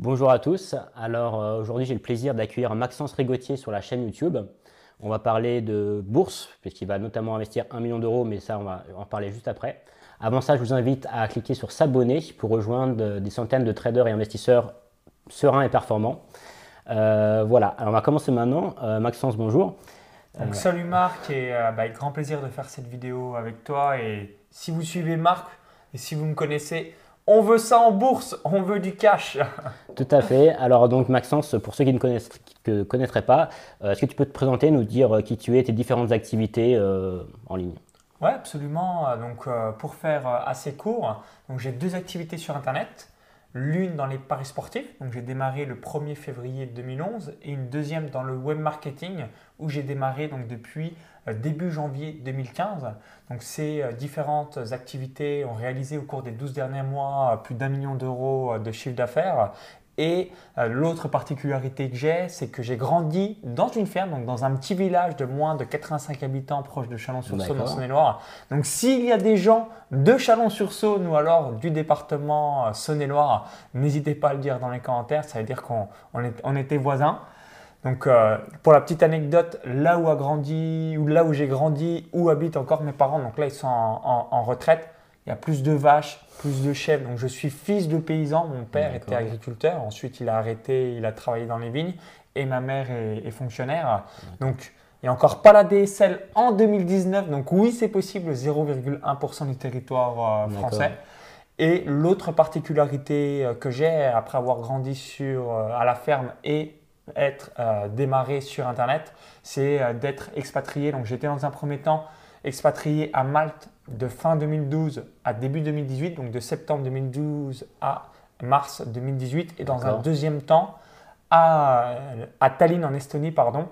Bonjour à tous. Alors aujourd'hui, j'ai le plaisir d'accueillir Maxence Rigotier sur la chaîne YouTube. On va parler de bourse, puisqu'il va notamment investir 1 million d'euros, mais ça, on va en parler juste après. Avant ça, je vous invite à cliquer sur s'abonner pour rejoindre des centaines de traders et investisseurs sereins et performants. Voilà, alors on va commencer maintenant. Maxence, bonjour. Donc, salut Marc, et avec grand plaisir de faire cette vidéo avec toi. Et si vous suivez Marc et si vous me connaissez, on veut ça en bourse, on veut du cash. Tout à fait. Alors donc Maxence, pour ceux qui ne connaîtraient pas, est-ce que tu peux te présenter, nous dire qui tu es, tes différentes activités en ligne? Ouais, absolument. Donc, pour faire assez court, donc j'ai deux activités sur Internet. L'une dans les paris sportifs, donc j'ai démarré le 1er février 2011, et une deuxième dans le web marketing où j'ai démarré donc depuis début janvier 2015. Donc ces différentes activités ont réalisé au cours des 12 derniers mois plus d'1 million d'euros de chiffre d'affaires. Et l'autre particularité que j'ai, c'est que j'ai grandi dans une ferme, donc dans un petit village de moins de 85 habitants proche de Chalon-sur-Saône en Saône-et-Loire. Donc s'il y a des gens de Chalon-sur-Saône ou alors du département Saône-et-Loire, n'hésitez pas à le dire dans les commentaires, ça veut dire qu'on était voisins. Donc pour la petite anecdote, là où a grandi, ou là où j'ai grandi, où habitent encore mes parents, donc là ils sont en retraite. Il y a plus de vaches, plus de chèvres. Donc, je suis fils de paysan. Mon père était agriculteur. Ensuite, il a arrêté, il a travaillé dans les vignes. Et ma mère est fonctionnaire. Donc, il n'y a encore pas la DSL en 2019. Donc, oui, c'est possible, 0,1% du territoire français. Et l'autre particularité que j'ai, après avoir grandi à la ferme et être démarré sur Internet, c'est d'être expatrié. Donc, j'étais dans un premier temps expatrié à Malte de fin 2012 à début 2018, donc de septembre 2012 à mars 2018, et dans un deuxième temps à Tallinn en Estonie,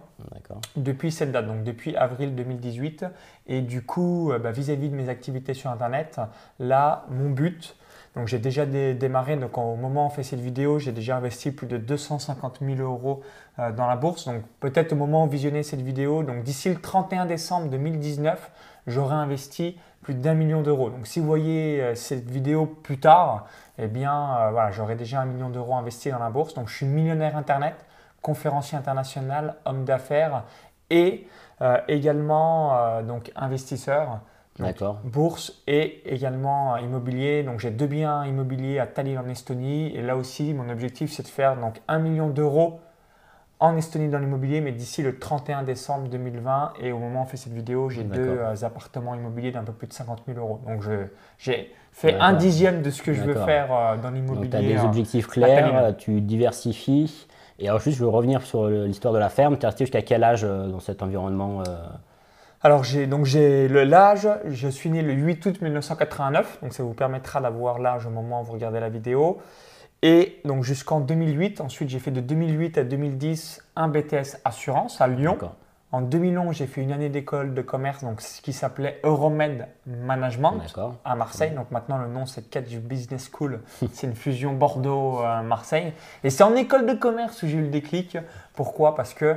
depuis cette date, donc depuis avril 2018. Et du coup, vis-à-vis de mes activités sur Internet, là, mon but, donc j'ai déjà démarré, donc au moment où on fait cette vidéo, j'ai déjà investi plus de 250 000 euros dans la bourse. Donc peut-être au moment où vous visionnez cette vidéo, donc d'ici le 31 décembre 2019, j'aurai investi plus d'1 million d'euros. Donc si vous voyez cette vidéo plus tard, eh bien voilà, j'aurai déjà 1 million d'euros investis dans la bourse. Donc je suis millionnaire Internet, conférencier international, homme d'affaires et également donc investisseur. Donc, bourse et également immobilier. Donc j'ai deux biens immobiliers à Tallinn en Estonie. Et là aussi, mon objectif, c'est de faire donc 1 million d'euros en Estonie dans l'immobilier, mais d'ici le 31 décembre 2020. Et au moment où on fait cette vidéo, j'ai deux appartements immobiliers d'un peu plus de 50 000 euros. Donc j'ai fait un dixième de ce que je veux faire dans l'immobilier. Tu as des objectifs clairs, tu diversifies. Et alors juste, je veux revenir sur l'histoire de la ferme. Tu es resté jusqu'à quel âge dans cet environnement Alors, j'ai l'âge, je suis né le 8 août 1989, donc ça vous permettra d'avoir l'âge au moment où vous regardez la vidéo. Et donc jusqu'en 2008, ensuite j'ai fait de 2008 à 2010 un BTS Assurance à Lyon. En 2011, j'ai fait une année d'école de commerce, donc ce qui s'appelait Euromed Management à Marseille. Donc maintenant le nom c'est Catch Business School, c'est une fusion Bordeaux-Marseille. Et c'est en école de commerce où j'ai eu le déclic. Pourquoi? Parce que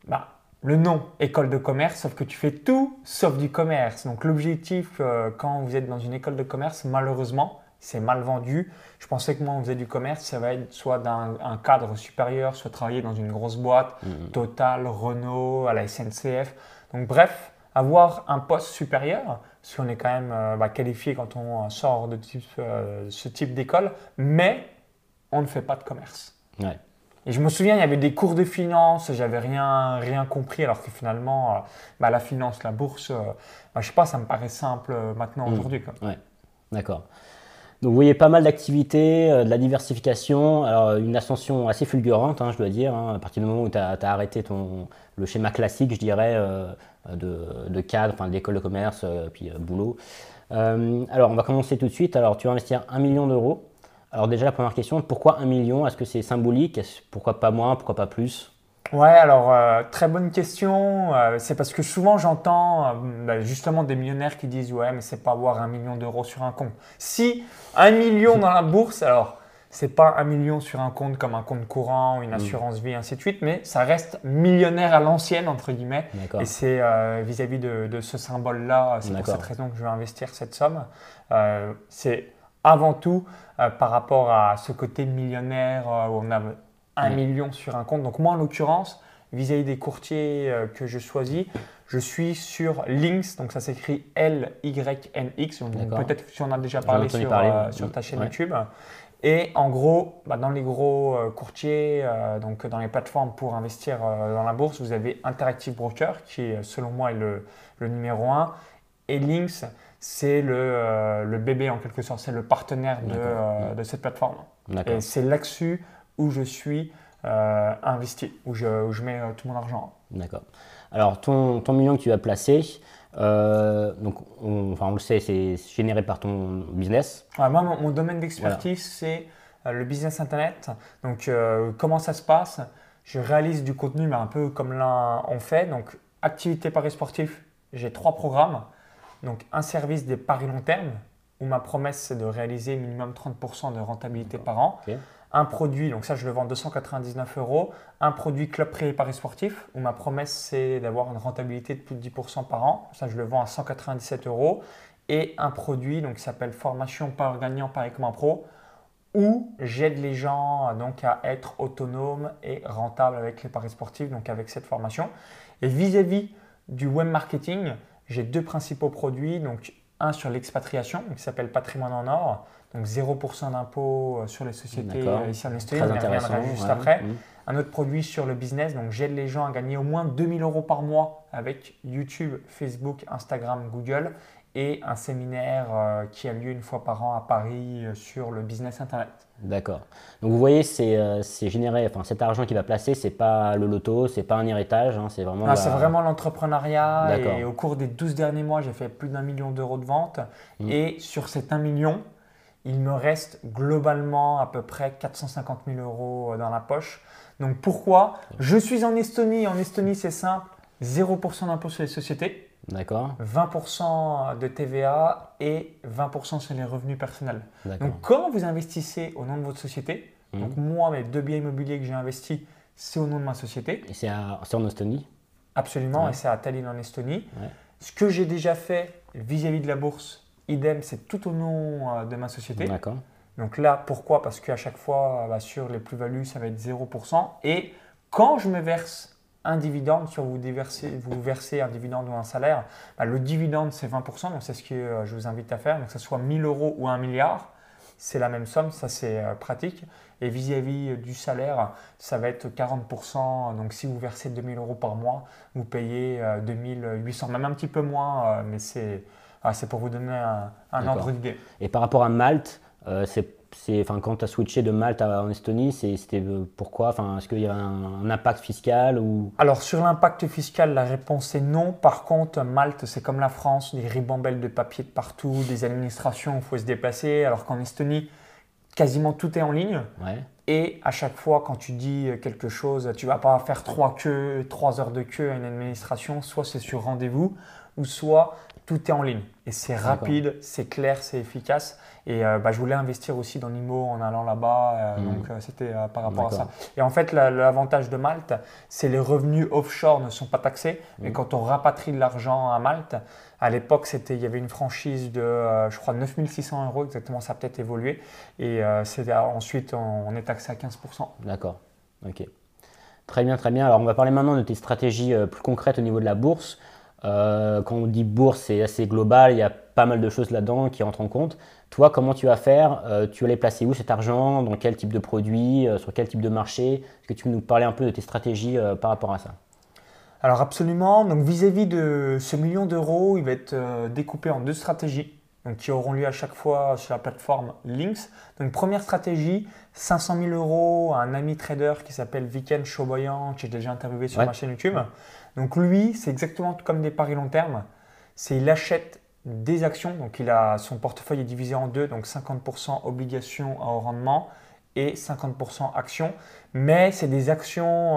le nom école de commerce, sauf que tu fais tout sauf du commerce. Donc l'objectif quand vous êtes dans une école de commerce, malheureusement, c'est mal vendu. Je pensais que moi, on faisait du commerce, ça va être soit dans un cadre supérieur, soit travailler dans une grosse boîte, Total, Renault, à la SNCF. Donc bref, avoir un poste supérieur, parce qu'on est quand même qualifié quand on sort de ce type d'école, mais on ne fait pas de commerce. Ouais. Et je me souviens, il y avait des cours de finance, j'avais rien compris, alors que finalement, la finance, la bourse, je sais pas, ça me paraît simple maintenant aujourd'hui. Ouais, d'accord. Donc vous voyez pas mal d'activités, de la diversification, alors une ascension assez fulgurante, je dois dire, à partir du moment où tu as arrêté le schéma classique, je dirais, de cadre, d'école de commerce, puis boulot. Alors on va commencer tout de suite. Alors tu vas investir 1 million d'euros. Alors déjà la première question, pourquoi 1 million? Est-ce que c'est symbolique? Pourquoi pas moins? Pourquoi pas plus? Ouais, alors très bonne question. C'est parce que souvent j'entends justement des millionnaires qui disent ouais, mais c'est pas avoir 1 million d'euros sur un compte. Si 1 million dans la bourse, alors c'est pas 1 million sur un compte comme un compte courant, une assurance vie, ainsi de suite, mais ça reste millionnaire à l'ancienne entre guillemets. Et c'est vis-à-vis de ce symbole-là, c'est pour cette raison que je vais investir cette somme. C'est avant tout par rapport à ce côté millionnaire où on a 1 million sur un compte. Donc moi, en l'occurrence, vis-à-vis des courtiers que je choisis, je suis sur Lynx, donc ça s'écrit L-Y-N-X. Peut-être que tu en as déjà parlé sur ta chaîne YouTube. Et en gros, dans les gros courtiers, donc dans les plateformes pour investir dans la bourse, vous avez Interactive Broker qui, selon moi, est le numéro 1. Et Lynx, c'est le bébé en quelque sorte, c'est le partenaire de cette plateforme. Et c'est là-dessus où je suis investi, où je mets tout mon argent. D'accord. Alors, ton million que tu as placé, donc on le sait, c'est généré par ton business. Moi, mon domaine d'expertise, c'est le business internet. Donc, comment ça se passe? Je réalise du contenu, mais un peu comme là on fait. Donc, activité paris sportif, j'ai 3 programmes. Donc, un service des paris long terme, où ma promesse, c'est de réaliser minimum 30% de rentabilité par an. Okay. Un produit, donc ça je le vends 299 €. Un produit club privé paris sportif, où ma promesse c'est d'avoir une rentabilité de plus de 10% par an. Ça je le vends à 197 €. Et un produit donc, qui s'appelle formation par gagnant Paris comme un pro, où j'aide les gens donc, à être autonomes et rentables avec les paris sportifs, donc avec cette formation. Et vis-à-vis du web marketing, j'ai 2 principaux produits. Donc un sur l'expatriation, qui s'appelle Patrimoine en or. Donc 0% d'impôt sur les sociétés ici en Estonie, on y reviendra juste après. Un autre produit sur le business, donc j'aide les gens à gagner au moins 2000 € par mois avec YouTube, Facebook, Instagram, Google, et un séminaire qui a lieu une fois par an à Paris sur le business internet. D'accord. Donc vous voyez, c'est généré, enfin cet argent qu'il va placer, c'est pas le loto, c'est pas un héritage, c'est vraiment. C'est vraiment l'entrepreneuriat. Et au cours des 12 derniers mois, j'ai fait plus d'1 million d'euros de vente. Et sur cet 1 million, il me reste globalement à peu près 450 000 € dans la poche. Donc pourquoi? Je suis en Estonie. En Estonie, c'est simple. 0% d'impôt sur les sociétés. D'accord. 20% de TVA et 20% sur les revenus personnels. Donc quand vous investissez au nom de votre société, donc moi, mes 2 biens immobiliers que j'ai investis, c'est au nom de ma société. Et c'est en Estonie? Absolument, et c'est à Tallinn en Estonie. Ce que j'ai déjà fait vis-à-vis de la bourse, idem, c'est tout au nom de ma société. D'accord. Donc là, pourquoi? Parce qu'à chaque fois, sur les plus-values, ça va être 0%. Et quand je me verse un dividende, si vous versez un dividende ou un salaire, le dividende c'est 20%, donc c'est ce que je vous invite à faire, donc que ce soit 1000 € ou 1 milliard, c'est la même somme, ça c'est pratique. Et vis-à-vis du salaire, ça va être 40%, donc si vous versez 2000 € par mois, vous payez 2800, même un petit peu moins, mais c'est pour vous donner un ordre d'idée. Et par rapport à Malte, quand tu as switché de Malte en Estonie, c'était pourquoi? Est-ce qu'il y a un impact fiscal ou... Alors sur l'impact fiscal, la réponse est non. Par contre, Malte, c'est comme la France, des ribambelles de papier de partout, des administrations, il faut se déplacer. Alors qu'en Estonie, quasiment tout est en ligne. Et à chaque fois, quand tu dis quelque chose, tu ne vas pas faire 3 heures de queue à une administration. Soit c'est sur rendez-vous, ou soit tout est en ligne. Et c'est rapide, c'est clair, c'est efficace. Et je voulais investir aussi dans l'IMO en allant là-bas. Donc c'était par rapport à ça. Et en fait, l'avantage de Malte, c'est les revenus offshore ne sont pas taxés. Mais quand on rapatrie de l'argent à Malte, à l'époque, il y avait une franchise de, je crois, 9600 € exactement. Ça a peut-être évolué. Et ensuite, on est taxé à 15%. D'accord. Ok. Très bien, très bien. Alors, on va parler maintenant de tes stratégies plus concrètes au niveau de la bourse. Quand on dit bourse, c'est assez global, il y a pas mal de choses là-dedans qui rentrent en compte. Toi, comment tu vas faire? Tu vas les placer où cet argent? Dans quel type de produit? Sur quel type de marché? Est-ce que tu peux nous parler un peu de tes stratégies par rapport à ça? Alors absolument. Donc vis-à-vis de ce million d'euros, il va être découpé en 2 stratégies qui auront lieu à chaque fois sur la plateforme Lynx. Donc première stratégie, 500 000 € à un ami trader qui s'appelle Viken Choboyan, que j'ai déjà interviewé sur ma chaîne YouTube. Donc lui, c'est exactement comme des paris long terme. Il achète des actions, donc son portefeuille est divisé en 2, donc 50% obligations à haut rendement et 50% actions. Mais c'est des actions,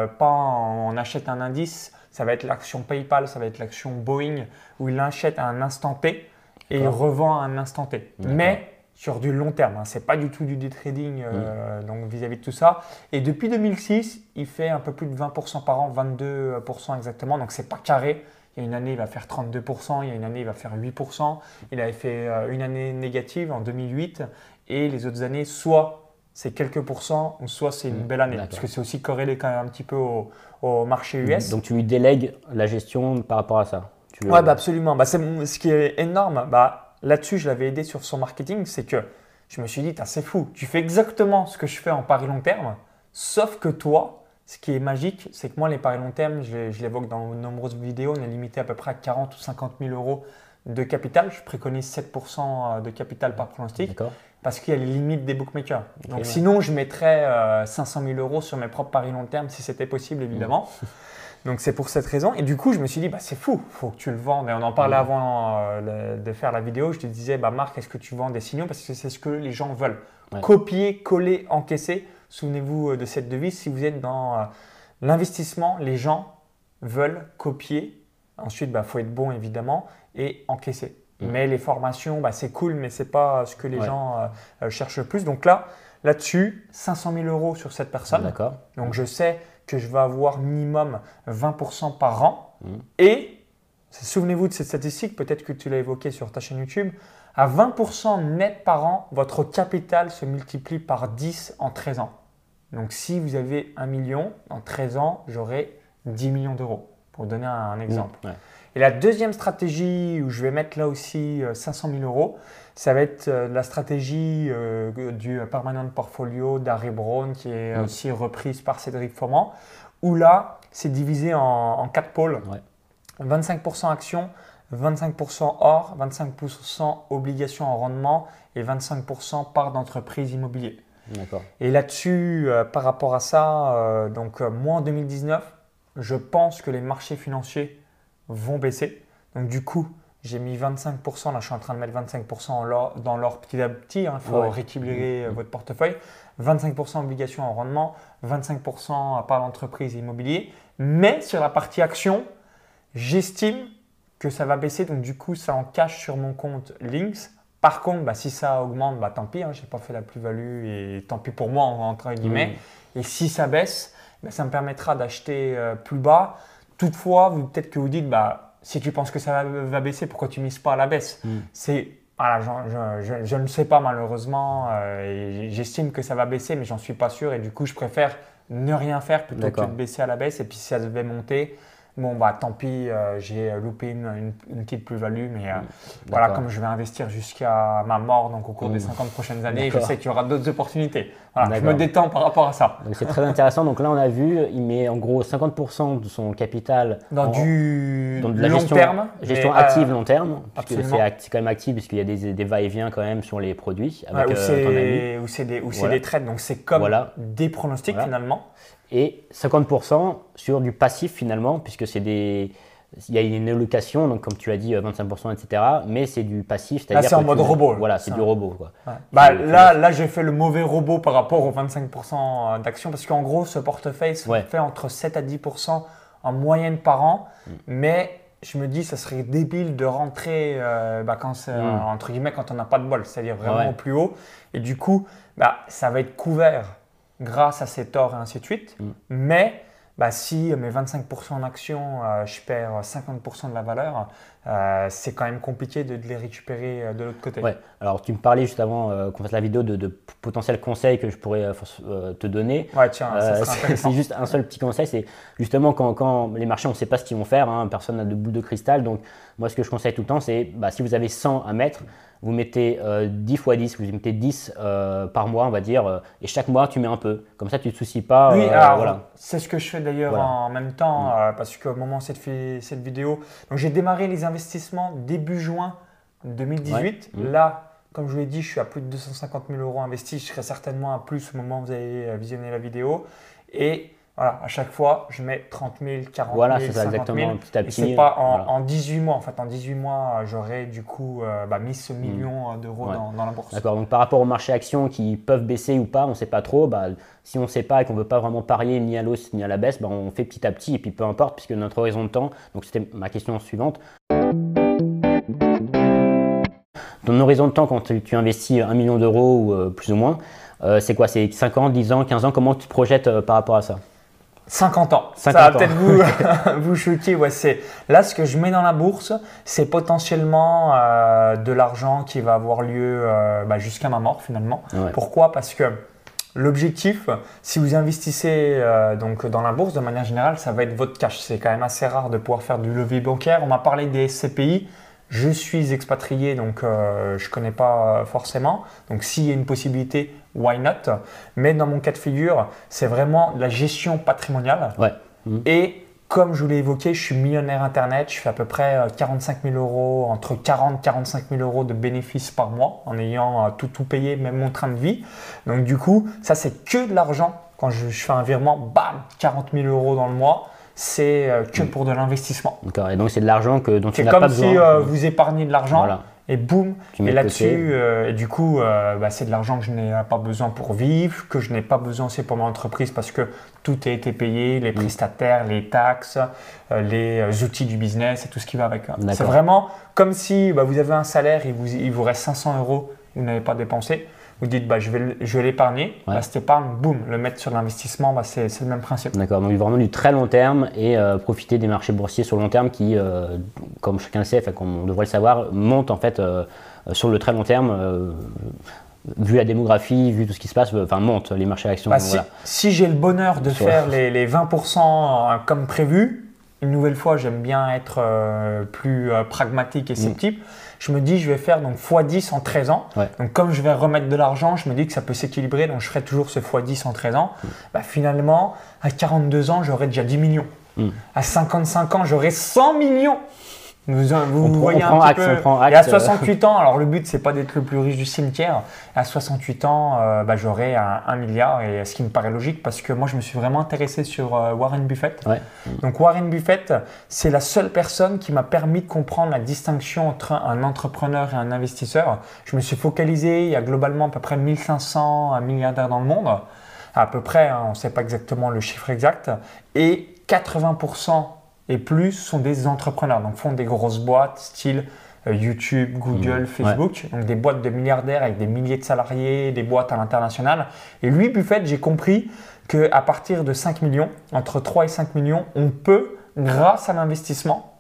on achète un indice, ça va être l'action PayPal, ça va être l'action Boeing, où il achète à un instant T et il revend à un instant T. Mais sur du long terme, ce n'est pas du tout du day trading donc vis-à-vis de tout ça. Et depuis 2006, il fait un peu plus de 20% par an, 22% exactement, donc ce n'est pas carré. Il il y a une année, il va faire 32%, il y a une année, il va faire 8%. Il avait fait une année négative en 2008 et les autres années, soit c'est quelques pourcents ou soit c'est une belle année. Parce que c'est aussi corrélé quand même un petit peu au marché US. Donc tu lui délègues la gestion par rapport à ça. Ouais, bah absolument. Bah, ce qui est énorme, bah, là-dessus, je l'avais aidé sur son marketing, c'est que je me suis dit, c'est fou, tu fais exactement ce que je fais en pari long terme, sauf que toi, ce qui est magique, c'est que moi, les paris long terme, je l'évoque dans de nombreuses vidéos, on est limité à peu près à 40 ou 50 000 euros de capital. Je préconise 7% de capital par pronostic parce qu'il y a les limites des bookmakers. Okay, donc sinon, je mettrais 500 000 euros sur mes propres paris long terme si c'était possible, évidemment. Donc c'est pour cette raison. Et du coup, je me suis dit, c'est fou, il faut que tu le vendes. Et on en parlait avant de faire la vidéo. Je te disais, Marc, est-ce que tu vends des signaux? Parce que c'est ce que les gens veulent. Ouais. Copier, coller, encaisser. Souvenez-vous de cette devise. Si vous êtes dans l'investissement, les gens veulent copier. Ensuite, faut être bon, évidemment, et encaisser. Mais les formations, c'est cool, mais ce n'est pas ce que les gens cherchent le plus. Donc là-dessus, 500 000 euros sur cette personne. D'accord. Donc je sais que je vais avoir minimum 20% par an. Et, souvenez-vous de cette statistique, peut-être que tu l'as évoqué sur ta chaîne YouTube, à 20% net par an, votre capital se multiplie par 10 en 13 ans. Donc si vous avez 1 million, en 13 ans, j'aurai 10 millions d'euros, pour donner un exemple. Ouais. Et la deuxième stratégie où je vais mettre là aussi 500 000 euros, ça va être la stratégie du Permanent Portfolio d'Harry Brown qui est aussi reprise par Cédric Froment, où là, c'est divisé en 4 pôles. Ouais. 25% actions, 25% or, 25% obligations en rendement et 25% part d'entreprise immobilier. Et là-dessus, par rapport à ça, moi en 2019, je pense que les marchés financiers vont baisser. Donc du coup, j'ai mis 25%, là je suis en train de mettre 25% dans l'or petit à petit, il faut rééquilibrer votre portefeuille. 25% obligations en rendement, 25% par l'entreprise immobilier. Mais sur la partie action, j'estime que ça va baisser, donc du coup ça en cache sur mon compte Lynx. Par contre, si ça augmente, tant pis, je n'ai pas fait la plus-value et tant pis pour moi, entre guillemets. Et si ça baisse, ça me permettra d'acheter plus bas. Toutefois, peut-être que vous dites, si tu penses que ça va baisser, pourquoi tu ne mises pas à la baisse? Voilà, je ne sais pas malheureusement. Et j'estime que ça va baisser, mais j'en suis pas sûr. Et du coup, je préfère ne rien faire plutôt que de baisser à la baisse. Et puis, si ça devait monter, tant pis, j'ai loupé une petite plus-value. Mais voilà, comme je vais investir jusqu'à ma mort, donc au cours des 50 prochaines années, je sais qu'il y aura d'autres opportunités. Voilà, je me détends par rapport à ça. C'est très intéressant. Donc là, on a vu, il met en gros 50% de son capital dans de la long terme. Gestion active long terme. C'est quand même actif puisqu'il y a des va-et-vient quand même sur les produits. Avec, ou c'est des trades. Donc c'est comme des pronostics finalement. Et 50% sur du passif finalement, puisque il y a une allocation, donc comme tu as dit, 25%, etc. Mais c'est du passif, c'est-à-dire c'est en mode robot. Voilà, c'est du robot. Quoi. Ouais. Là, j'ai fait le mauvais robot par rapport aux 25% d'actions, parce qu'en gros, ce portefeuille se fait entre 7 à 10% en moyenne par an. Mais je me dis, ça serait débile de rentrer entre guillemets quand on n'a pas de bol, c'est-à-dire vraiment au plus haut. Et du coup, ça va être couvert grâce à ces torts et ainsi de suite. Mais si mes 25% en actions, je perds 50% de la valeur, c'est quand même compliqué de les récupérer de l'autre côté. Ouais. Alors, tu me parlais juste avant qu'on fasse la vidéo de potentiels conseils que je pourrais te donner. Ouais, tiens, ça sera intéressant. C'est juste un seul petit conseil, c'est justement quand les marchés, on ne sait pas ce qu'ils vont faire, personne n'a de boule de cristal. Donc, moi, ce que je conseille tout le temps, c'est si vous avez 100 à mettre, vous mettez 10 x 10, vous mettez 10 par mois, on va dire, et chaque mois, tu mets un peu. Comme ça, tu ne te soucies pas. Oui, alors, c'est ce que je fais d'ailleurs en même temps, parce qu'au moment où j'ai fait cette vidéo, donc j'ai démarré les investissements début juin 2018. Là, comme je vous l'ai dit, je suis à plus de 250 000 euros investis. Je serai certainement à plus au moment où vous allez visionner la vidéo. Et voilà, à chaque fois, je mets 30 000, 40 000, 50 000. Exactement, petit à petit. Et c'est pas en 18 mois. En fait, en 18 mois, j'aurais du coup mis ce million d'euros dans la bourse. D'accord. Donc, par rapport au marché actions qui peuvent baisser ou pas, on ne sait pas trop. Si on ne sait pas et qu'on ne veut pas vraiment parier ni à l'hausse ni à la baisse, on fait petit à petit et puis peu importe puisque notre horizon de temps. Donc, c'était ma question suivante. Ton horizon de temps quand tu investis 1 million d'euros ou plus ou moins, c'est quoi? C'est 5 ans, 10 ans, 15 ans? Comment tu te projettes par rapport à ça? 50 ans. 50 Ça va ans. peut-être vous, vous choquer. Ouais, là, ce que je mets dans la bourse, c'est potentiellement de l'argent qui va avoir lieu jusqu'à ma mort finalement. Ouais. Pourquoi? Parce que l'objectif, si vous investissez donc dans la bourse de manière générale, ça va être votre cash. C'est quand même assez rare de pouvoir faire du levier bancaire. On m'a parlé des SCPI. Je suis expatrié, donc je ne connais pas forcément. Donc s'il y a une possibilité, why not? Mais dans mon cas de figure, c'est vraiment de la gestion patrimoniale. Ouais. Et comme je vous l'ai évoqué, je suis millionnaire Internet. Je fais à peu près 45 000 euros, entre 40 et 45 000 euros de bénéfices par mois en ayant tout payé, même mon train de vie. Donc du coup, ça c'est que de l'argent. Quand je fais un virement, bam, 40 000 euros dans le mois. C'est que pour de l'investissement. D'accord. Et donc, c'est de l'argent dont tu n'as pas besoin. C'est comme si vous épargnez de l'argent Voilà. et boum. Tu mets Et de là-dessus, et du coup, c'est de l'argent que je n'ai pas besoin pour vivre, que je n'ai pas besoin aussi pour mon entreprise parce que tout a été payé, les prestataires, les taxes, les outils du business et tout ce qui va avec. C'est vraiment comme si vous avez un salaire et il vous reste 500 euros, vous n'avez pas dépensé. Vous dites, je vais l'épargner. Ouais. Cette épargne, boum, le mettre sur l'investissement, c'est le même principe. D'accord, donc vraiment du très long terme et profiter des marchés boursiers sur le long terme qui, comme chacun le sait, comme on devrait le savoir, montent en fait sur le très long terme. Vu la démographie, vu tout ce qui se passe, montent les marchés actions. Si j'ai le bonheur de faire les 20% comme prévu, une nouvelle fois, j'aime bien être plus pragmatique et sceptique. Je me dis, je vais faire donc x10 en 13 ans. Ouais. Donc, comme je vais remettre de l'argent, je me dis que ça peut s'équilibrer. Donc, je ferai toujours ce x10 en 13 ans. Finalement, à 42 ans, j'aurai déjà 10 millions. À 55 ans, j'aurai 100 millions. Vous voyez un petit peu. Et à 68 ans, alors le but, c'est pas d'être le plus riche du cimetière. À 68 ans, j'aurai 1 milliard. Et ce qui me paraît logique parce que moi, je me suis vraiment intéressé sur Warren Buffett. Ouais. Donc, Warren Buffett, c'est la seule personne qui m'a permis de comprendre la distinction entre un entrepreneur et un investisseur. Je me suis focalisé, il y a globalement à peu près 1500 milliardaires dans le monde. À peu près, on ne sait pas exactement le chiffre exact. Et 80% et plus sont des entrepreneurs, donc font des grosses boîtes style YouTube, Google, Facebook, donc des boîtes de milliardaires avec des milliers de salariés, des boîtes à l'international. Et lui, Buffett, j'ai compris qu'à partir de 5 millions, entre 3 et 5 millions, on peut, grâce à l'investissement,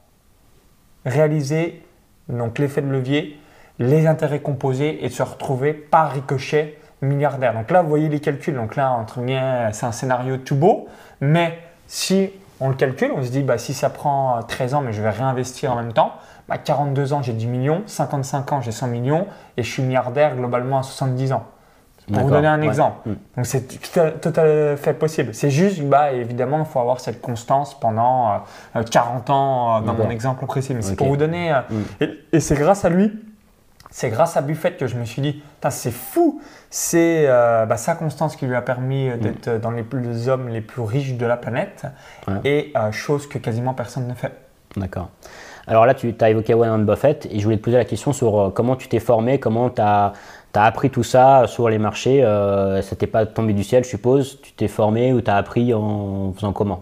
réaliser donc l'effet de levier, les intérêts composés et se retrouver par ricochet milliardaire. Donc là, vous voyez les calculs. Donc là, entre guillemets, c'est un scénario tout beau, mais si on le calcule, on se dit si ça prend 13 ans, mais je vais réinvestir en même temps, 42 ans, j'ai 10 millions, 55 ans, j'ai 100 millions et je suis milliardaire globalement à 70 ans. Pour vous donner un exemple. Donc, c'est tout à fait possible. C'est juste, évidemment, il faut avoir cette constance pendant 40 ans dans mon exemple précis. Mais c'est pour vous donner… Et c'est grâce à lui, c'est grâce à Buffett que je me suis dit, c'est fou, c'est sa constance qui lui a permis d'être dans les hommes les plus riches de la planète et chose que quasiment personne ne fait. D'accord. Alors là, tu as évoqué Warren Buffett et je voulais te poser la question sur comment tu t'es formé, comment tu as appris tout ça sur les marchés. Ça t'est pas tombé du ciel, je suppose. Tu t'es formé ou tu as appris en faisant comment?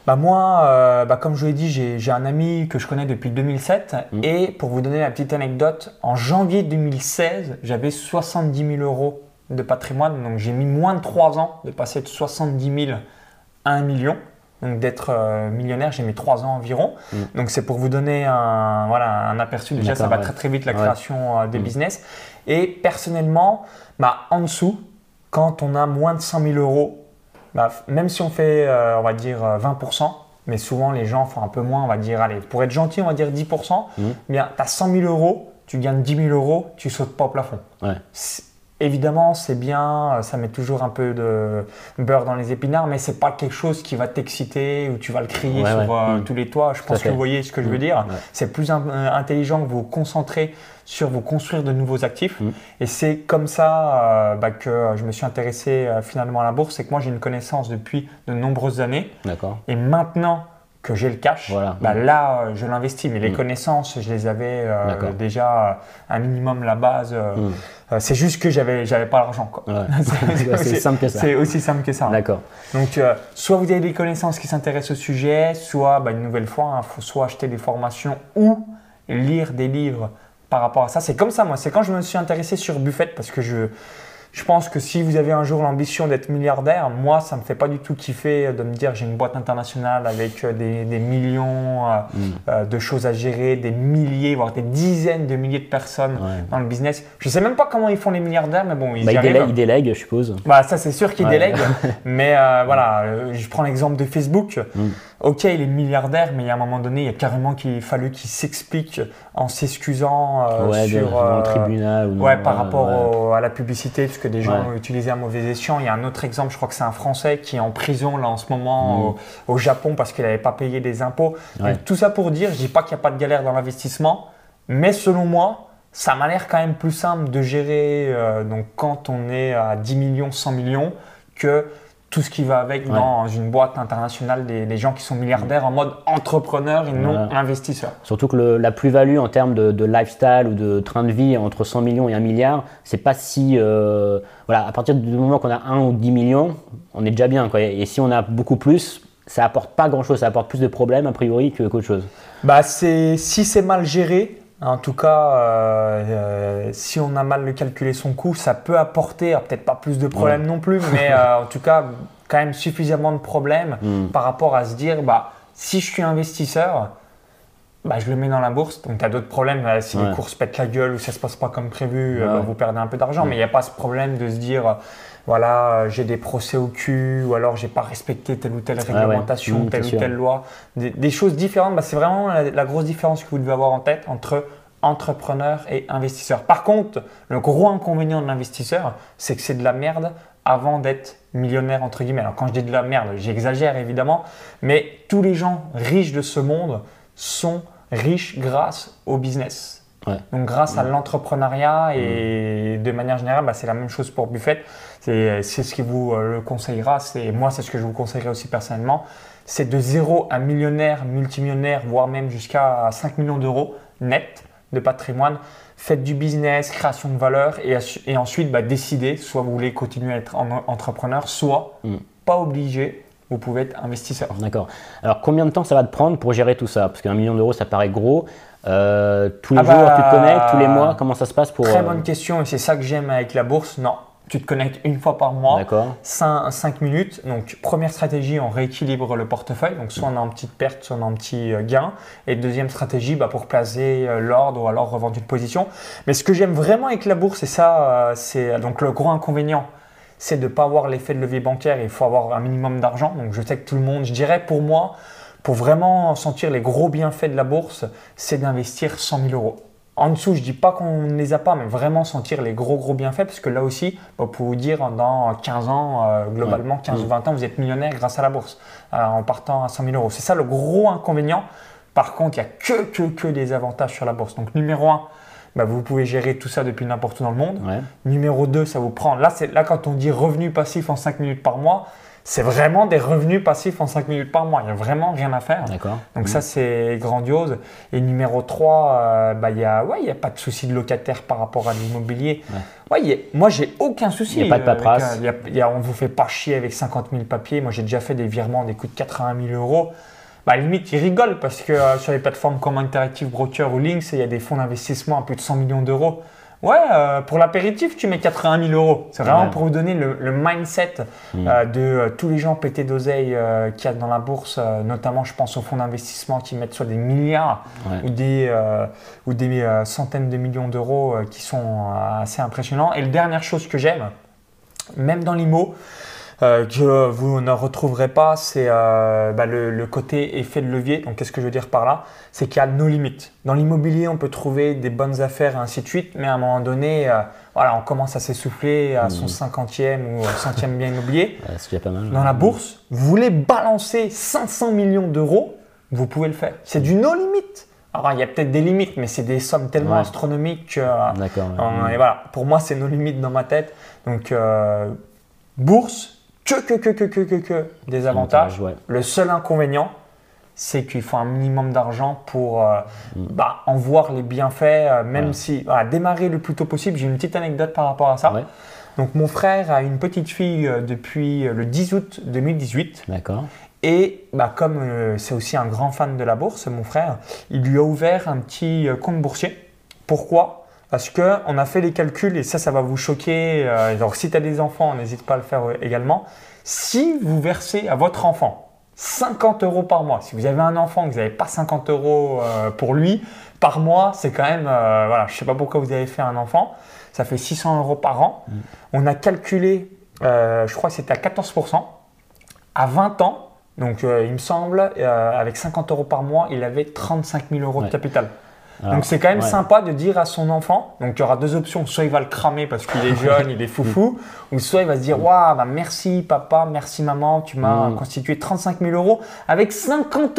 Moi, comme je vous l'ai dit, j'ai un ami que je connais depuis 2007 et pour vous donner la petite anecdote, en janvier 2016, j'avais 70 000 euros de patrimoine. Donc, j'ai mis moins de 3 ans de passer de 70 000 à 1 million. Donc, d'être millionnaire, j'ai mis 3 ans environ. Donc, c'est pour vous donner un aperçu. Déjà, ça va très très vite la création des business. Et personnellement, en dessous, quand on a moins de 100 000 euros, même si on fait, on va dire 20%, mais souvent les gens font un peu moins, on va dire, allez, pour être gentil, on va dire 10%, bien, tu as 100 000 euros, tu gagnes 10 000 euros, tu ne sautes pas au plafond. Ouais. Évidemment, c'est bien, ça met toujours un peu de beurre dans les épinards, mais ce n'est pas quelque chose qui va t'exciter ou tu vas le crier sur tous les toits. Je pense que vous voyez ce que je veux dire. C'est plus intelligent que vous vous concentrez sur vous construire de nouveaux actifs. Et c'est comme ça que je me suis intéressé finalement à la bourse. C'est que moi, j'ai une connaissance depuis de nombreuses années. D'accord. Et maintenant que j'ai le cash, là, je l'investis. Mais les connaissances, je les avais déjà un minimum la base. C'est juste que j'avais pas l'argent. C'est simple que ça. C'est aussi simple que ça. D'accord. Donc, soit vous avez des connaissances qui s'intéressent au sujet, soit une nouvelle fois, il faut soit acheter des formations ou lire des livres par rapport à ça. C'est comme ça, moi. C'est quand je me suis intéressé sur Buffett parce que Je pense que si vous avez un jour l'ambition d'être milliardaire, moi, ça ne me fait pas du tout kiffer de me dire j'ai une boîte internationale avec des millions de choses à gérer, des milliers, voire des dizaines de milliers de personnes dans le business. Je ne sais même pas comment ils font les milliardaires, mais bon, ils y arrivent. Ils délèguent, je suppose. Bah, ça, c'est sûr qu'ils délèguent. Mais voilà, je prends l'exemple de Facebook. Ok, il est milliardaire, mais il y a un moment donné, il y a carrément qu'il fallu qu'il s'explique en s'excusant dans le tribunal ou non, par rapport à la publicité, parce que des gens ont utilisé un mauvais escient. Il y a un autre exemple, je crois que c'est un Français qui est en prison là en ce moment au Japon parce qu'il n'avait pas payé des impôts. Donc, tout ça pour dire, je dis pas qu'il n'y a pas de galère dans l'investissement, mais selon moi, ça m'a l'air quand même plus simple de gérer donc quand on est à 10 millions, 100 millions que tout ce qui va avec dans une boîte internationale, les gens qui sont milliardaires en mode entrepreneur et non investisseur. Surtout que la plus-value en termes de lifestyle ou de train de vie entre 100 millions et 1 milliard, c'est pas si… à partir du moment qu'on a 1 ou 10 millions, on est déjà bien, quoi. Et si on a beaucoup plus, ça apporte pas grand-chose, ça apporte plus de problèmes a priori qu'autre chose. Bah, si c'est mal géré, en tout cas, si on a mal calculé son coût, ça peut apporter, peut-être pas plus de problèmes non plus, mais en tout cas, quand même suffisamment de problèmes par rapport à se dire, si je suis investisseur, je le mets dans la bourse. Donc, tu as d'autres problèmes. Si les courses pètent la gueule ou ça ne se passe pas comme prévu, vous perdez un peu d'argent. Mais il n'y a pas ce problème de se dire, j'ai des procès au cul ou alors j'ai pas respecté telle ou telle réglementation, telle ou telle loi. Des choses différentes. C'est vraiment la grosse différence que vous devez avoir en tête entre entrepreneur et investisseur. Par contre, le gros inconvénient de l'investisseur, c'est que c'est de la merde avant d'être millionnaire entre guillemets. Alors quand je dis de la merde, j'exagère évidemment, mais tous les gens riches de ce monde sont riches grâce au business. Donc grâce à l'entrepreneuriat et de manière générale, c'est la même chose pour Buffett. C'est ce qui vous le conseillera. Moi, c'est ce que je vous conseillerais aussi personnellement. C'est de 0 à millionnaire, multimillionnaire, voire même jusqu'à 5 millions d'euros net de patrimoine. Faites du business, création de valeur et ensuite décidez, soit vous voulez continuer à être entrepreneur, soit pas obligé. Vous pouvez être investisseur. D'accord. Alors, combien de temps ça va te prendre pour gérer tout ça? Parce qu'1 million d'euros, ça paraît gros. Tous les jours, tu te connectes, tous les mois, comment ça se passe pour… Très bonne question et c'est ça que j'aime avec la bourse. Non, tu te connectes une fois par mois, 5 minutes. Donc, première stratégie, on rééquilibre le portefeuille. Donc, soit on est en petite perte, soit on est en petit gain. Et deuxième stratégie, pour placer l'ordre ou alors revendre une position. Mais ce que j'aime vraiment avec la bourse, et ça, c'est donc le gros inconvénient, c'est de ne pas avoir l'effet de levier bancaire. Il faut avoir un minimum d'argent. Donc, je sais que tout le monde, je dirais pour moi, pour vraiment sentir les gros bienfaits de la bourse, c'est d'investir 100 000 euros. En dessous, je ne dis pas qu'on ne les a pas, mais vraiment sentir les gros bienfaits, parce que là aussi, pour vous dire, dans 15 ans, globalement, 15 ou 20 ans, vous êtes millionnaire grâce à la bourse, en partant à 100 000 euros. C'est ça le gros inconvénient. Par contre, il n'y a que des avantages sur la bourse. Donc, numéro 1, vous pouvez gérer tout ça depuis n'importe où dans le monde. Numéro 2, ça vous prend… Là, quand on dit revenu passif en 5 minutes par mois, c'est vraiment des revenus passifs en 5 minutes par mois. Il n'y a vraiment rien à faire. Donc ça, c'est grandiose. Et numéro 3, il n'y a pas de souci de locataire par rapport à l'immobilier. Moi, j'ai aucun souci. Il n'y a pas de paperasse. On ne vous fait pas chier avec 50 000 papiers. Moi, j'ai déjà fait des virements des coûts de 80 000 euros. Limite, ils rigolent parce que sur les plateformes comme Interactive Broker ou Lynx, il y a des fonds d'investissement à plus de 100 millions d'euros. Pour l'apéritif, tu mets 80 000 euros. C'est vraiment pour vous donner le mindset de tous les gens pétés d'oseille qu'il y a dans la bourse, notamment je pense aux fonds d'investissement qui mettent soit des milliards ou des centaines de millions d'euros qui sont assez impressionnants. Et la dernière chose que j'aime, même dans l'IMO, que vous ne retrouverez pas, c'est le côté effet de levier. Donc, qu'est-ce que je veux dire par là? C'est qu'il y a nos limites. Dans l'immobilier, on peut trouver des bonnes affaires et ainsi de suite, mais à un moment donné, on commence à s'essouffler à son 50e ou 100e bien immobilier. C'est déjà pas mal. Dans la bourse, vous voulez balancer 500 millions d'euros, vous pouvez le faire. C'est du no limite. Alors, il y a peut-être des limites, mais c'est des sommes tellement astronomiques que et voilà, pour moi, c'est nos limites dans ma tête. Donc, bourse, que des avantages. Le seul inconvénient, c'est qu'il faut un minimum d'argent pour en voir les bienfaits, même si démarrer le plus tôt possible. J'ai une petite anecdote par rapport à ça. Donc, mon frère a une petite fille depuis le 10 août 2018. D'accord. Et comme c'est aussi un grand fan de la bourse, mon frère, il lui a ouvert un petit compte boursier. Pourquoi? Parce qu'on a fait les calculs, et ça va vous choquer. Donc, si tu as des enfants, n'hésite pas à le faire également. Si vous versez à votre enfant 50 € par mois, si vous avez un enfant et que vous n'avez pas 50 € pour lui, par mois, c'est quand même… voilà, je ne sais pas pourquoi vous avez fait un enfant. Ça fait 600 € par an. On a calculé, je crois que c'était à 14%. À 20 ans, donc il me semble, avec 50 € par mois, il avait 35 000 € de capital. Alors, donc c'est quand même sympa de dire à son enfant, donc il y aura deux options, soit il va le cramer parce qu'il est jeune, il est foufou, ou soit il va se dire waouh, bah merci papa, merci maman, tu m'as constitué 35 000 € avec 50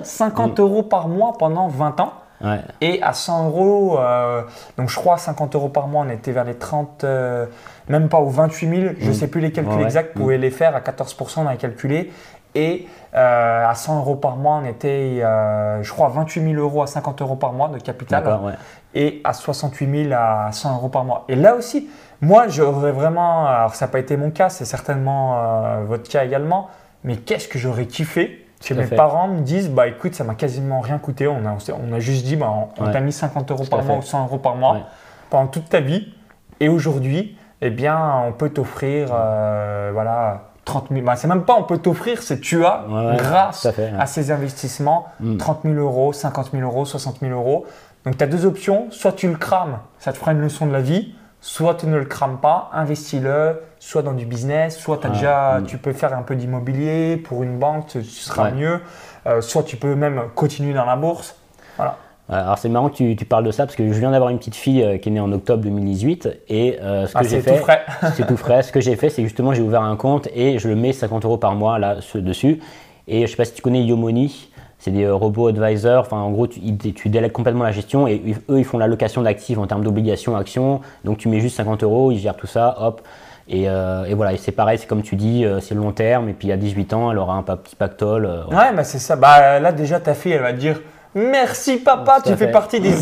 € par mois pendant 20 ans. Ouais. Et à 100 €, donc je crois 50 € par mois, on était vers les 30, même pas aux 28 000, je ne sais plus les calculs exacts, vous pouvez les faire, à 14% on a calculé. Et à 100 € par mois, on était, je crois, à 28 000 € à 50 € par mois de capital. Et à 68 000 à 100 € par mois. Et là aussi, moi, j'aurais vraiment, alors ça n'a pas été mon cas, c'est certainement votre cas également, mais qu'est-ce que j'aurais kiffé que mes parents me disent, bah écoute, ça m'a quasiment rien coûté. On a juste dit, bah, on t'a mis 50 € par mois ou 100 € par mois pendant toute ta vie. Et aujourd'hui, eh bien, on peut t'offrir, voilà, 30 000. Bah, c'est même pas on peut t'offrir, c'est tu as, grâce à ces investissements, 30 000 €, 50 000 €, 60 000 €. Donc, tu as deux options. Soit tu le crames, ça te fera une leçon de la vie. Soit tu ne le crames pas, investis-le, soit dans du business, soit tu peux faire un peu d'immobilier pour une banque, ce sera mieux. Soit tu peux même continuer dans la bourse. Voilà. Alors c'est marrant que tu parles de ça parce que je viens d'avoir une petite fille qui est née en octobre 2018 et ce que j'ai fait, tout frais. C'est tout frais. Ce que j'ai fait, c'est justement j'ai ouvert un compte et je le mets 50 € par mois là dessus. Et je ne sais pas si tu connais Yomoni. C'est des robots advisors, enfin en gros tu délègues complètement la gestion et eux ils font l'allocation d'actifs en termes d'obligations, actions, donc tu mets juste 50 €, ils gèrent tout ça, hop, et voilà, et c'est pareil, c'est comme tu dis, c'est long terme et puis à 18 ans elle aura un petit pactole. Ouais, bah c'est ça, bah là déjà ta fille elle va te dire merci papa, tu fais partie des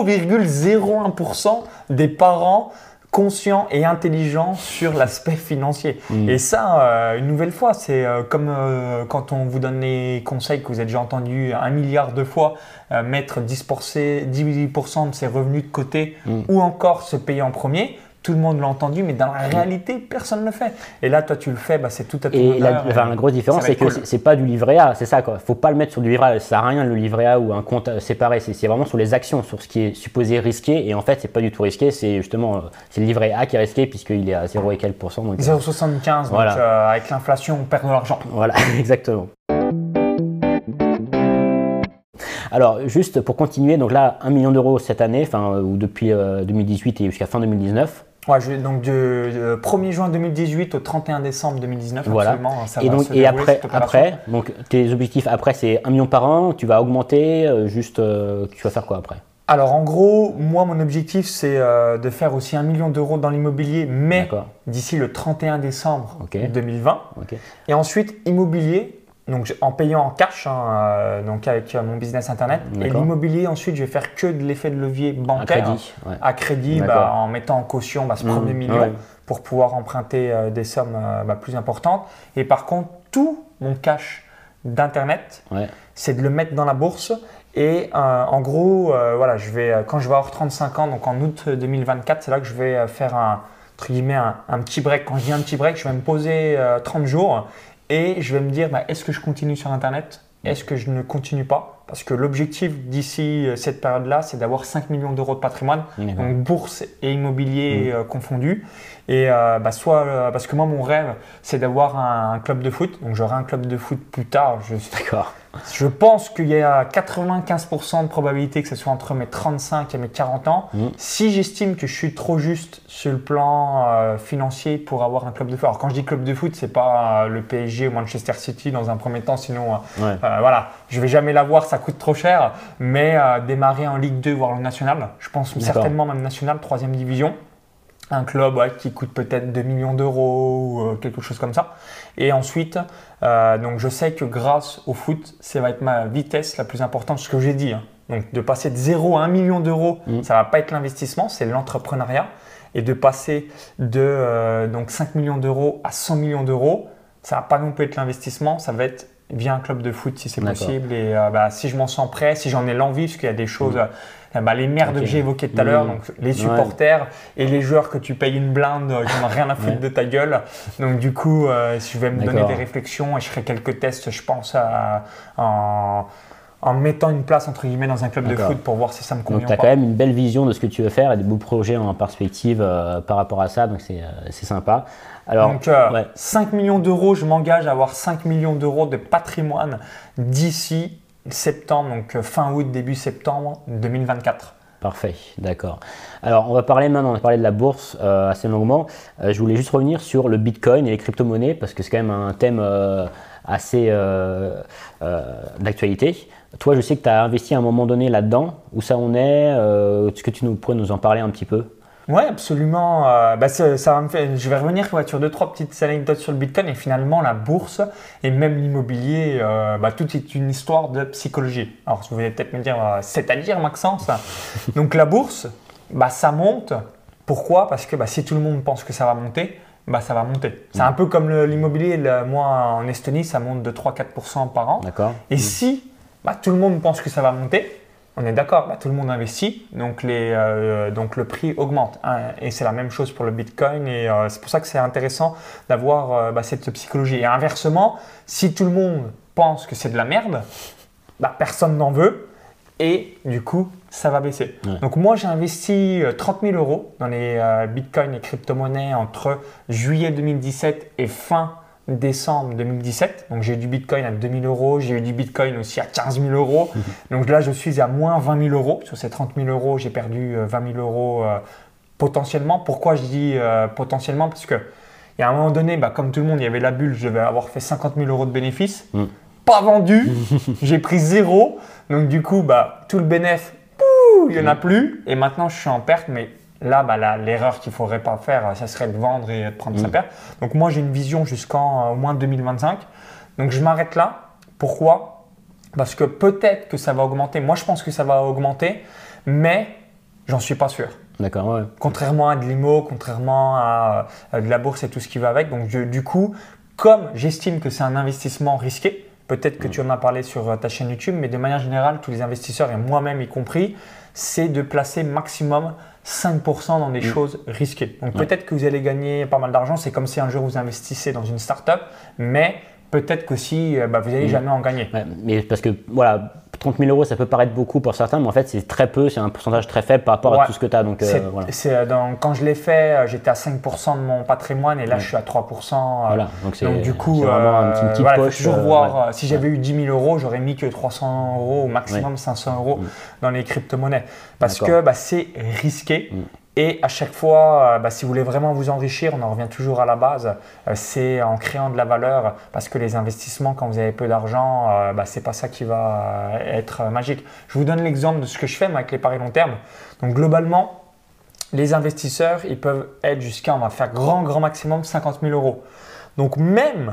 0,01% des parents conscient et intelligent sur l'aspect financier. Et ça, une nouvelle fois, c'est comme quand on vous donne les conseils que vous avez déjà entendu 1 milliard de fois, mettre 10% de ses revenus de côté ou encore se payer en premier. Tout le monde l'a entendu, mais dans la réalité, personne ne le fait. Et là, toi, tu le fais, bah, c'est tout à ton honneur. Et la grosse différence, c'est que c'est pas du livret A, c'est ça quoi. Faut pas le mettre sur du livret A, ça sert à rien le livret A ou un compte séparé. C'est vraiment sur les actions, sur ce qui est supposé risqué. Et en fait, c'est pas du tout risqué. C'est justement c'est le livret A qui est risqué puisqu'il est à 0 et quelques %. 0,75. Voilà. Donc avec l'inflation, on perd de l'argent. Voilà, exactement. Alors, juste pour continuer, donc là, 1 million d'euros cette année, ou depuis 2018 et jusqu'à fin 2019. Ouais, donc du 1er juin 2018 au 31 décembre 2019, voilà. Absolument. Ça et après, donc tes objectifs après, c'est 1 million par an, tu vas augmenter, tu vas faire quoi après? Alors en gros, moi mon objectif c'est de faire aussi 1 million d'euros dans l'immobilier, mais d'ici le 31 décembre 2020. Et ensuite immobilier. Donc en payant en cash, donc avec mon business internet. Et l'immobilier, ensuite, je vais faire que de l'effet de levier bancaire. À crédit, en mettant en caution ce premier million pour pouvoir emprunter des sommes plus importantes. Et par contre, tout mon cash d'internet, c'est de le mettre dans la bourse. Et en gros, voilà, quand je vais avoir 35 ans, donc en août 2024, c'est là que je vais faire un petit break. Quand je dis un petit break, je vais me poser 30 jours. Et je vais me dire, est-ce que je continue sur Internet? Est-ce que je ne continue pas? Parce que l'objectif d'ici cette période-là, c'est d'avoir 5 millions d'euros de patrimoine, donc bourse et immobilier confondus. Et parce que moi, mon rêve, c'est d'avoir un club de foot. Donc, j'aurai un club de foot plus tard. D'accord. Je pense qu'il y a 95% de probabilité que ce soit entre mes 35 et mes 40 ans. Si j'estime que je suis trop juste sur le plan financier pour avoir un club de foot. Alors, quand je dis club de foot, c'est pas le PSG ou Manchester City dans un premier temps. Sinon, voilà, je vais jamais l'avoir, ça coûte trop cher. Mais démarrer en Ligue 2, voire le national. Je pense certainement même national, 3e division. Un club qui coûte peut-être 2 millions d'euros ou quelque chose comme ça. Et ensuite, donc je sais que grâce au foot, ça va être ma vitesse la plus importante, ce que j'ai dit. Donc de passer de 0 à 1 million d'euros, ça ne va pas être l'investissement, c'est l'entrepreneuriat. Et de passer de donc 5 millions d'euros à 100 millions d'euros, ça ne va pas non plus être l'investissement, ça va être via un club de foot si c'est D'accord. possible. Et si je m'en sens prêt, si j'en ai l'envie, parce qu'il y a des choses, les merdes que j'ai évoquées tout à l'heure, donc les supporters et les joueurs que tu payes une blinde, qui n'ont rien à foutre de ta gueule. Donc du coup, si je vais me donner des réflexions et je ferai quelques tests, je pense, en mettant une place entre guillemets dans un club de foot pour voir si ça me convient. Donc tu as quand même une belle vision de ce que tu veux faire et des beaux projets en perspective par rapport à ça, donc c'est sympa. Alors, donc 5 millions d'euros, je m'engage à avoir 5 millions d'euros de patrimoine d'ici septembre, donc fin août, début septembre 2024. Parfait, d'accord. Alors, on va parler maintenant, on a parlé de la bourse assez longuement. Je voulais juste revenir sur le Bitcoin et les crypto-monnaies parce que c'est quand même un thème assez d'actualité. Toi, je sais que tu as investi à un moment donné là-dedans. Où ça en est Est-ce que tu pourrais nous en parler un petit peu? Oui, absolument. Ça va me faire... Je vais revenir sur 2-3 petites anecdotes sur le Bitcoin et finalement la bourse et même l'immobilier, tout est une histoire de psychologie. Alors, vous allez peut-être me dire, c'est-à-dire Maxence? Donc la bourse, ça monte. Pourquoi? Parce que si tout le monde pense que ça va monter, ça va monter. C'est un peu comme l'immobilier. Moi, en Estonie, ça monte de 3-4% par an. D'accord. Et si tout le monde pense que ça va monter, on est d'accord, tout le monde investit, donc le prix augmente. Et c'est la même chose pour le Bitcoin. Et c'est pour ça que c'est intéressant d'avoir cette psychologie. Et inversement, si tout le monde pense que c'est de la merde, personne n'en veut. Et du coup, ça va baisser. Ouais. Donc moi, j'ai investi 30 000 euros dans les Bitcoin et crypto-monnaies entre juillet 2017 et fin décembre 2017. Donc j'ai eu du Bitcoin à 2 000 euros, j'ai eu du Bitcoin aussi à 15 000 euros. Donc là, je suis à moins 20 000 euros. Sur ces 30 000 euros, j'ai perdu 20 000 euros potentiellement. Pourquoi je dis potentiellement? Parce qu'il y a un moment donné, comme tout le monde, il y avait la bulle, je devais avoir fait 50 000 euros de bénéfices. Pas vendu, j'ai pris 0. Donc du coup, tout le bénéfice, il n'y en a plus. Et maintenant, je suis en perte, mais là, l'erreur qu'il ne faudrait pas faire, ça serait de vendre et de prendre sa perte. Donc moi, j'ai une vision jusqu'en au moins 2025. Donc je m'arrête là. Pourquoi? Parce que peut-être que ça va augmenter. Moi, je pense que ça va augmenter, mais j'en suis pas sûr. D'accord, ouais. Contrairement à de l'IMO, contrairement à de la bourse et tout ce qui va avec. Donc du coup, comme j'estime que c'est un investissement risqué, peut-être que tu en as parlé sur ta chaîne YouTube, mais de manière générale, tous les investisseurs et moi-même y compris, c'est de placer maximum 5% dans des choses risquées. Donc peut-être que vous allez gagner pas mal d'argent, c'est comme si un jour vous investissez dans une start-up, mais peut-être qu'aussi vous n'allez jamais en gagner. Ouais, mais parce que voilà, 30 000 euros, ça peut paraître beaucoup pour certains, mais en fait c'est très peu, c'est un pourcentage très faible par rapport à tout ce que tu as. Donc, quand je l'ai fait, j'étais à 5% de mon patrimoine et là je suis à 3%. Voilà, donc du coup, vraiment une petite poche. Faut toujours voir, si j'avais eu 10 000 euros, j'aurais mis que 300 euros, au maximum 500 euros dans les crypto-monnaies. Parce que c'est risqué. Et à chaque fois, si vous voulez vraiment vous enrichir, on en revient toujours à la base, c'est en créant de la valeur parce que les investissements, quand vous avez peu d'argent, c'est pas ça qui va être magique. Je vous donne l'exemple de ce que je fais avec les paris long terme. Donc globalement, les investisseurs, ils peuvent être jusqu'à, on va faire grand maximum 50 000 euros. Donc même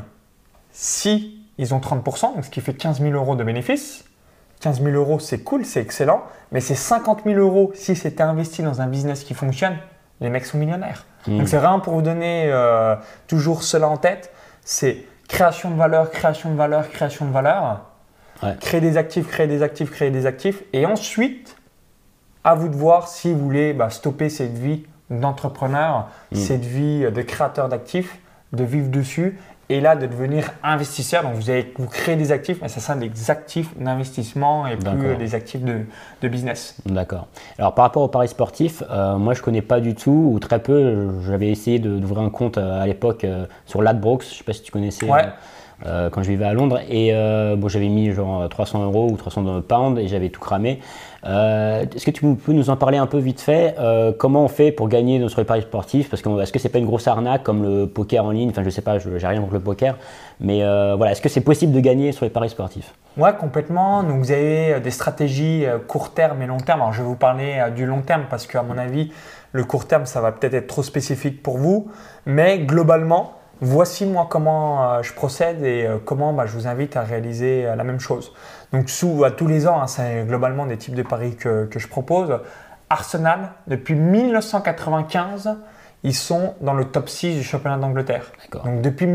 si ils ont 30%, donc ce qui fait 15 000 euros de bénéfices, 15 000 euros, c'est cool, c'est excellent, mais c'est 50 000 euros si c'était investi dans un business qui fonctionne, les mecs sont millionnaires. Donc c'est vraiment pour vous donner toujours cela en tête, c'est création de valeur, création de valeur, création de valeur, créer des actifs, créer des actifs, créer des actifs, et ensuite, à vous de voir si vous voulez stopper cette vie d'entrepreneur, cette vie de créateur d'actifs, de vivre dessus, et là de devenir investisseur. Donc vous créez des actifs, mais ça sera des actifs d'investissement et plus des actifs de business. D'accord. Alors par rapport aux paris sportifs, moi je ne connais pas du tout ou très peu. J'avais essayé d'ouvrir un compte à l'époque sur Ladbrokes, je ne sais pas si tu connaissais. Quand je vivais à Londres et j'avais mis genre 300 euros ou 300 pounds et j'avais tout cramé. Est-ce que tu peux nous en parler un peu vite fait? Comment on fait pour gagner sur les paris sportifs? Parce que est-ce que c'est pas une grosse arnaque comme le poker en ligne? Enfin, je sais pas, j'ai rien contre le poker, mais est-ce que c'est possible de gagner sur les paris sportifs? Ouais, complètement. Donc vous avez des stratégies court terme et long terme. Alors je vais vous parler du long terme parce qu'à mon avis, le court terme, ça va peut-être être trop spécifique pour vous, mais globalement, voici moi comment je procède et comment je vous invite à réaliser la même chose. Donc tous les ans, c'est globalement des types de paris que je propose. Arsenal, depuis 1995, ils sont dans le top 6 du championnat d'Angleterre. D'accord. Donc depuis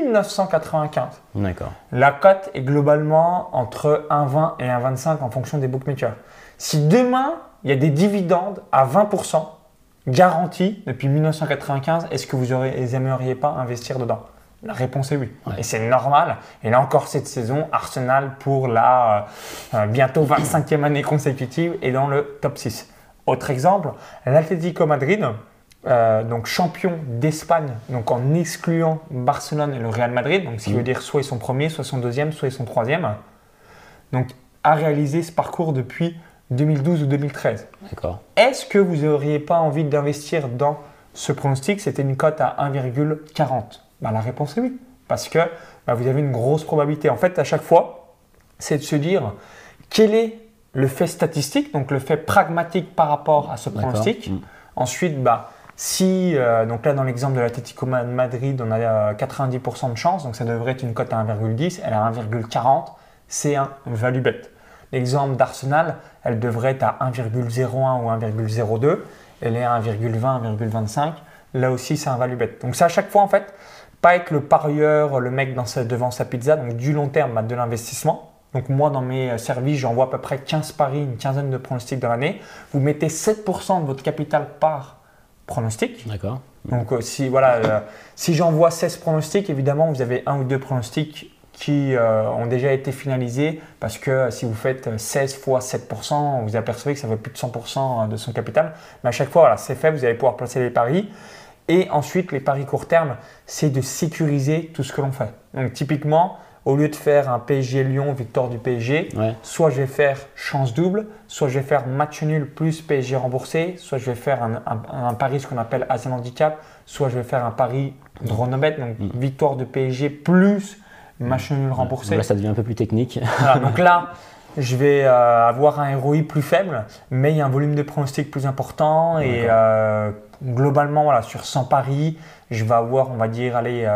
1995. D'accord. La cote est globalement entre 1,20 et 1,25 en fonction des bookmakers. Si demain, il y a des dividendes à 20% garantis depuis 1995, est-ce que vous aimeriez pas investir dedans? La réponse est oui. Ouais. Et c'est normal. Et là encore cette saison, Arsenal pour la bientôt 25e année consécutive est dans le top 6. Autre exemple, l'Atlético Madrid, donc champion d'Espagne, donc en excluant Barcelone et le Real Madrid, donc ce qui veut dire soit ils sont premiers, soit ils sont deuxièmes, soit ils sont troisièmes, donc a réalisé ce parcours depuis 2012 ou 2013. D'accord. Est-ce que vous n'auriez pas envie d'investir dans ce pronostic? C'était une cote à 1,40. La réponse est oui, parce que vous avez une grosse probabilité. En fait, à chaque fois, c'est de se dire quel est le fait statistique, donc le fait pragmatique par rapport à ce pronostic. Ensuite, si, donc là dans l'exemple de l'Atlético Madrid, on a 90% de chance, donc ça devrait être une cote à 1,10, elle est à 1,40, c'est un value bet. L'exemple d'Arsenal, elle devrait être à 1,01 ou 1,02, elle est à 1,20, 1,25, là aussi c'est un value bet. Donc c'est à chaque fois en fait, pas être le parieur, le mec devant sa pizza, donc du long terme, de l'investissement. Donc moi dans mes services, j'envoie à peu près 15 paris, une quinzaine de pronostics dans l'année. Vous mettez 7% de votre capital par pronostic. D'accord. Donc si j'envoie 16 pronostics, évidemment vous avez un ou deux pronostics qui ont déjà été finalisés parce que si vous faites 16 fois 7%, vous apercevez que ça vaut plus de 100% de son capital. Mais à chaque fois, c'est fait, vous allez pouvoir placer les paris. Et ensuite, les paris court terme, c'est de sécuriser tout ce que l'on fait. Donc typiquement, au lieu de faire un PSG-Lyon, victoire du PSG, soit je vais faire chance double, soit je vais faire match nul plus PSG remboursé, soit je vais faire un pari, ce qu'on appelle As handicap, soit je vais faire un pari drone bet, donc victoire de PSG plus match nul remboursé. Là, ça devient un peu plus technique. Voilà, donc là, je vais avoir un ROI plus faible, mais il y a un volume de pronostics plus important et globalement, sur 100 paris, je vais avoir, on va dire,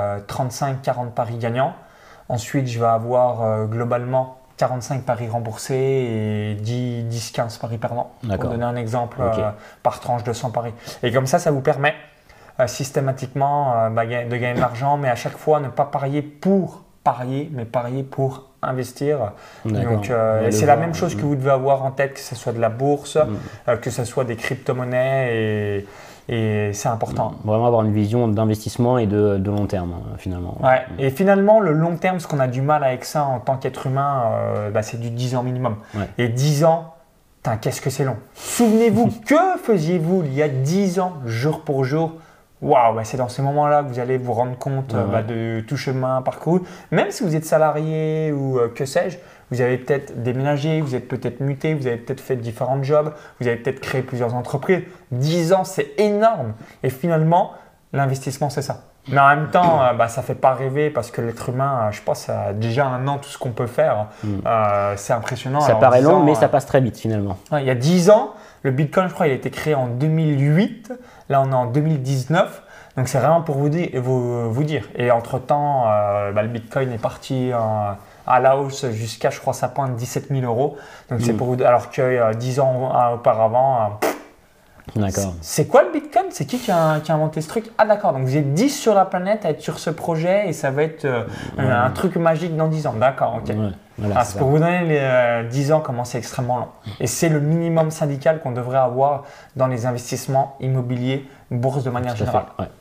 35-40 paris gagnants. Ensuite, je vais avoir globalement 45 paris remboursés et 10-15 paris perdants. Pour donner un exemple par tranche de 100 paris. Et comme ça vous permet systématiquement de gagner de l'argent, mais à chaque fois ne pas parier pour parier, mais parier pour investir. Donc, c'est la même chose que vous devez avoir en tête, que ce soit de la bourse, que ce soit des crypto-monnaies et c'est important. Vraiment avoir une vision d'investissement et de long terme, finalement. Ouais. Et finalement, le long terme, ce qu'on a du mal avec ça en tant qu'être humain, c'est du 10 ans minimum. Et 10 ans, qu'est-ce que c'est long. Souvenez-vous, que faisiez-vous il y a 10 ans, jour pour jour? Waouh, c'est dans ces moments-là que vous allez vous rendre compte de tout chemin parcouru. Même si vous êtes salarié ou que sais-je, vous avez peut-être déménagé, vous êtes peut-être muté, vous avez peut-être fait différents jobs, vous avez peut-être créé plusieurs entreprises. 10 ans, c'est énorme. Et finalement, l'investissement, c'est ça. Mais en même temps, ça ne fait pas rêver parce que l'être humain, je pense, a déjà un an tout ce qu'on peut faire. C'est impressionnant. Ça paraît long, mais ça passe très vite finalement. Il y a 10 ans, le Bitcoin, je crois, il a été créé en 2008. Là, on est en 2019. Donc, c'est vraiment pour vous dire. Et entre-temps, le Bitcoin est parti à la hausse jusqu'à, je crois, ça pointe 17 000 euros. Donc, c'est pour vous dire. Alors que 10 ans auparavant, d'accord. C'est quoi le Bitcoin? C'est qui a inventé ce truc? Ah, d'accord. Donc, vous êtes 10 sur la planète à être sur ce projet et ça va être un truc magique dans 10 ans. D'accord, ok. Voilà, c'est pour vous donner les 10 ans, comment c'est extrêmement long. Et c'est le minimum syndical qu'on devrait avoir dans les investissements immobiliers, bourse de manière générale.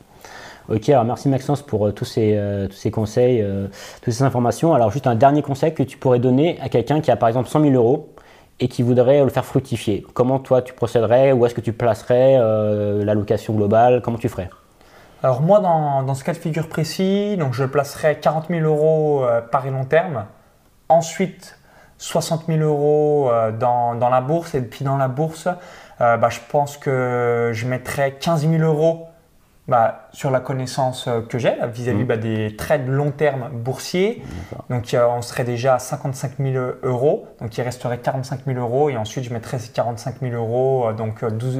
Ok, alors merci Maxence pour tous ces conseils, toutes ces informations. Alors juste un dernier conseil que tu pourrais donner à quelqu'un qui a par exemple 100 000 euros et qui voudrait le faire fructifier. Comment toi tu procéderais? Où est-ce que tu placerais l'allocation globale? Comment tu ferais? Alors moi dans ce cas de figure précis, donc je placerais 40 000 euros pari long terme. Ensuite 60 000 euros dans la bourse et puis dans la bourse, je pense que je mettrais 15 000 euros sur la connaissance que j'ai vis-à-vis des trades long terme boursiers. Donc on serait déjà à 55 000 euros, donc il resterait 45 000 euros et ensuite je mettrais ces 45 000 euros, donc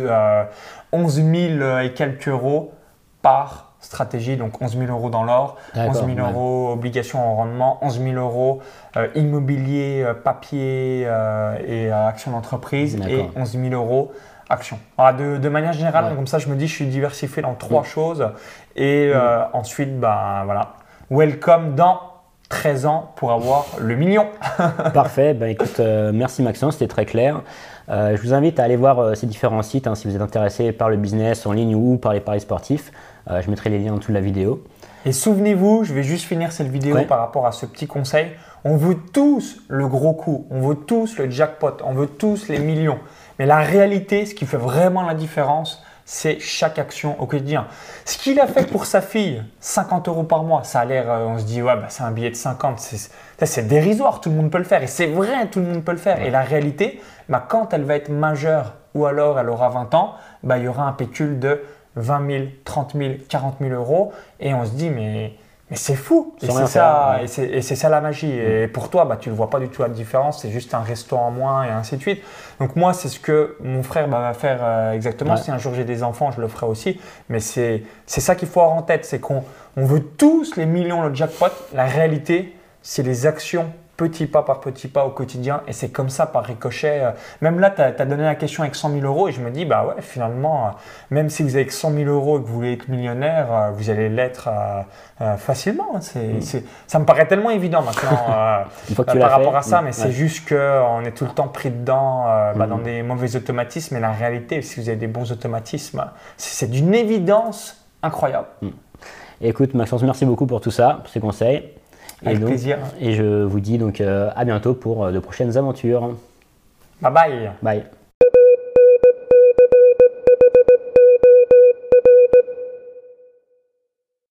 11 000 et quelques euros par stratégie, donc 11 000 euros dans l'or, 11 000 euros obligations en rendement, 11 000 euros immobilier, papier et actions d'entreprise et 11 000 euros actions. Voilà, de manière générale, Ouais. comme ça, je me dis, je suis diversifié dans 3 choses. Et ensuite, ben voilà, welcome dans 13 ans pour avoir le million. Parfait, ben écoute, merci Maxence, c'était très clair. Je vous invite à aller voir ces différents sites si vous êtes intéressé par le business en ligne ou par les paris sportifs. Je mettrai les liens en dessous de la vidéo. Et souvenez-vous, je vais juste finir cette vidéo par rapport à ce petit conseil. On veut tous le gros coup, on veut tous le jackpot, on veut tous les millions. Mais la réalité, ce qui fait vraiment la différence, c'est chaque action au quotidien. Ce qu'il a fait pour sa fille, 50 € par mois, ça a l'air, on se dit, ouais, bah, c'est un billet de 50, c'est dérisoire, tout le monde peut le faire. Et c'est vrai, tout le monde peut le faire. Et la réalité, bah, quand elle va être majeure ou alors elle aura 20 ans, bah, il y aura un pécule de 20 000, 30 000, 40 000 euros. Et on se dit, mais c'est fou. Et c'est ça, et c'est ça la magie. Et pour toi, bah, tu ne vois pas du tout la différence. C'est juste un resto en moins et ainsi de suite. Donc moi, c'est ce que mon frère va faire exactement. Ouais. Si un jour j'ai des enfants, je le ferai aussi. Mais c'est ça qu'il faut avoir en tête. C'est qu'on veut tous les millions, le jackpot. La réalité, c'est les actions petit pas par petit pas au quotidien. Et c'est comme ça par ricochet. Même là, tu as donné la question avec 100 000 € et je me dis, bah ouais, finalement, même si vous avez que 100 000 € et que vous voulez être millionnaire, vous allez l'être facilement. Ça me paraît tellement évident maintenant par rapport à ça, mais c'est juste qu'on est tout le temps pris dedans dans des mauvais automatismes. Et la réalité, si vous avez des bons automatismes, c'est d'une évidence incroyable. Écoute Maxence, merci beaucoup pour tout ça, pour ces conseils. Avec plaisir. Et je vous dis donc à bientôt pour de prochaines aventures. Bye bye. Bye.